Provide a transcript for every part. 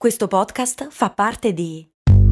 Questo podcast fa parte di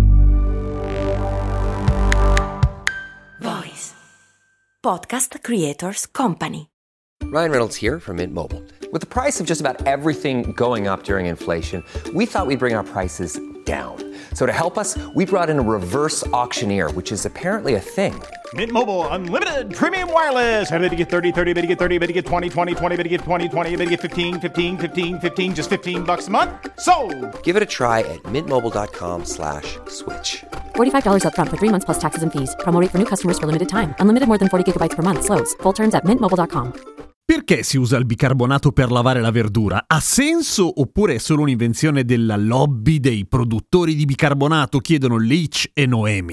Voice Podcast Creators Company. Ryan Reynolds here from Mint Mobile. With the price of just about everything going up during inflation, we thought we'd bring our prices down. So to help us, we brought in a reverse auctioneer, which is apparently a thing. Mint Mobile Unlimited Premium Wireless. How to get 30, 30, how to get 30, how to get 20, 20, 20, how to get 20, 20, how to get 15, 15, 15, 15, just $15 a month? Sold! Give it a try at mintmobile.com/switch. $45 up front for 3 months plus taxes and fees. Promo rate for new customers for limited time. Unlimited more than 40 gigabytes per month. Slows full terms at mintmobile.com. Perché si usa il bicarbonato per lavare la verdura? Ha senso oppure è solo un'invenzione della lobby dei produttori di bicarbonato? Chiedono Leach e Noemi.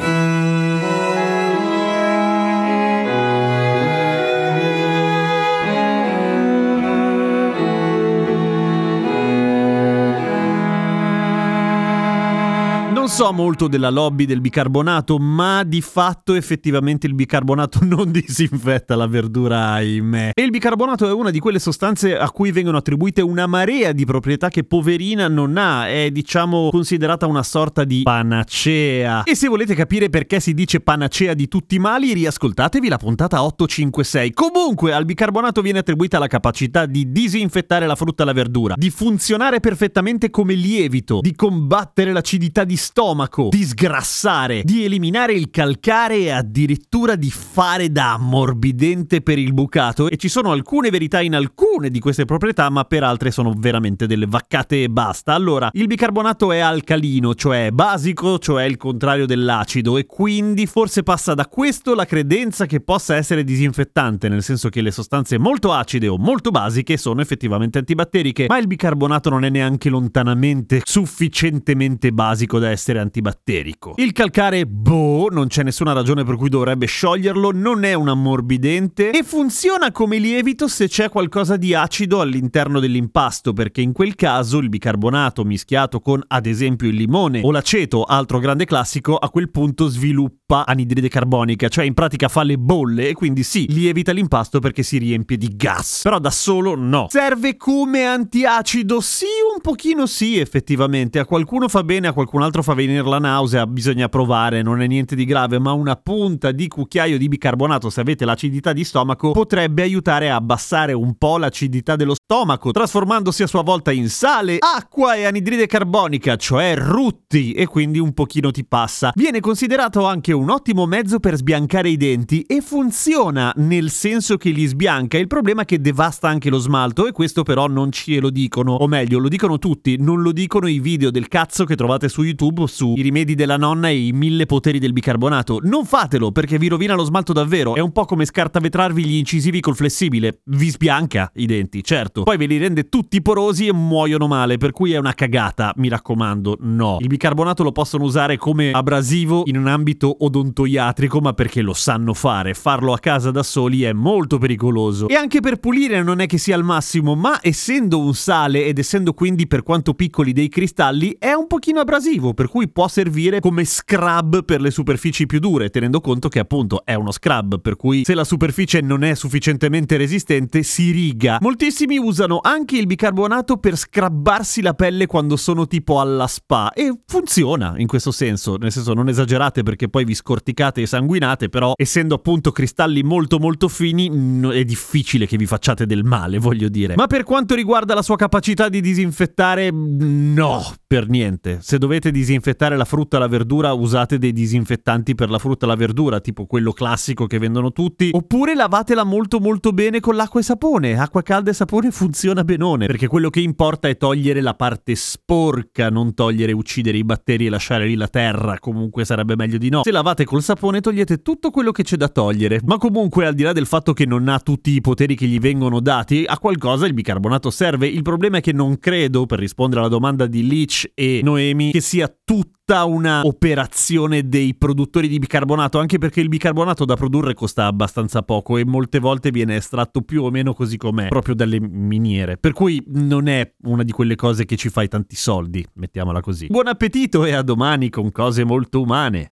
Non so molto della lobby del bicarbonato, ma di fatto effettivamente il bicarbonato non disinfetta la verdura, ahimè. E il bicarbonato è una di quelle sostanze a cui vengono attribuite una marea di proprietà che poverina non ha, è diciamo considerata una sorta di panacea. E se volete capire perché si dice panacea di tutti i mali, riascoltatevi la puntata 856. Comunque al bicarbonato viene attribuita la capacità di disinfettare la frutta e la verdura, di funzionare perfettamente come lievito, di combattere l'acidità di stomaco, di sgrassare, di eliminare il calcare e addirittura di fare da ammorbidente per il bucato. E ci sono alcune verità in alcune di queste proprietà, ma per altre sono veramente delle vaccate e basta. Allora, il bicarbonato è alcalino, cioè basico, cioè il contrario dell'acido, e quindi forse passa da questo la credenza che possa essere disinfettante, nel senso che le sostanze molto acide o molto basiche sono effettivamente antibatteriche, ma il bicarbonato non è neanche lontanamente sufficientemente basico da essere antibatterico. Il calcare, non c'è nessuna ragione per cui dovrebbe scioglierlo, non è un ammorbidente e funziona come lievito se c'è qualcosa di acido all'interno dell'impasto, perché in quel caso il bicarbonato mischiato con ad esempio il limone o l'aceto, altro grande classico, a quel punto sviluppa anidride carbonica, cioè in pratica fa le bolle e quindi sì, lievita l'impasto perché si riempie di gas. Però da solo no. Serve come antiacido? Sì, un pochino sì, effettivamente. A qualcuno fa bene, a qualcun altro fa venire la nausea, bisogna provare, non è niente di grave, ma una punta di cucchiaio di bicarbonato, se avete l'acidità di stomaco, potrebbe aiutare a abbassare un po' l'acidità dello stomaco, trasformandosi a sua volta in sale, acqua e anidride carbonica, cioè rutti, e quindi un pochino ti passa. Viene considerato anche un ottimo mezzo per sbiancare i denti e funziona, nel senso che li sbianca. Il problema è che devasta anche lo smalto, e questo però non ce lo dicono, o meglio, lo dicono tutti, non lo dicono i video del cazzo che trovate su YouTube su i rimedi della nonna e i 1000 poteri del bicarbonato. Non fatelo, perché vi rovina lo smalto davvero. È un po' come scartavetrarvi gli incisivi col flessibile, vi sbianca i denti, certo, poi ve li rende tutti porosi e muoiono male, per cui è una cagata, mi raccomando, no. Il bicarbonato lo possono usare come abrasivo in un ambito odontoiatrico, ma perché lo sanno fare. Farlo a casa da soli è molto pericoloso, e anche per pulire non è che sia al massimo, ma essendo un sale ed essendo quindi per quanto piccoli dei cristalli, è un pochino abrasivo, per cui può servire come scrub per le superfici più dure, tenendo conto che appunto è uno scrub, per cui se la superficie non è sufficientemente resistente si riga. Moltissimi usano anche il bicarbonato per scrabbarsi la pelle quando sono tipo alla spa, e funziona in questo senso, nel senso non esagerate perché poi vi scorticate e sanguinate, però essendo appunto cristalli molto molto fini è difficile che vi facciate del male, voglio dire. Ma per quanto riguarda la sua capacità di disinfettare, no, per niente. Se dovete disinfettare la frutta e la verdura, usate dei disinfettanti per la frutta e la verdura, tipo quello classico che vendono tutti, oppure lavatela molto molto bene con l'acqua e sapone. Acqua calda e sapone funziona benone, perché quello che importa è togliere la parte sporca, non togliere e uccidere i batteri e lasciare lì la terra. Comunque sarebbe meglio di no. Se lavate col sapone togliete tutto quello che c'è da togliere. Ma comunque, al di là del fatto che non ha tutti i poteri che gli vengono dati, a qualcosa il bicarbonato serve. Il problema è che non credo, per rispondere alla domanda di Leach e Noemi, che sia tutta una operazione dei produttori di bicarbonato, anche perché il bicarbonato da produrre costa abbastanza poco e molte volte viene estratto più o meno così com'è, proprio dalle miniere, per cui non è una di quelle cose che ci fai tanti soldi, mettiamola così. Buon appetito e a domani con cose molto umane.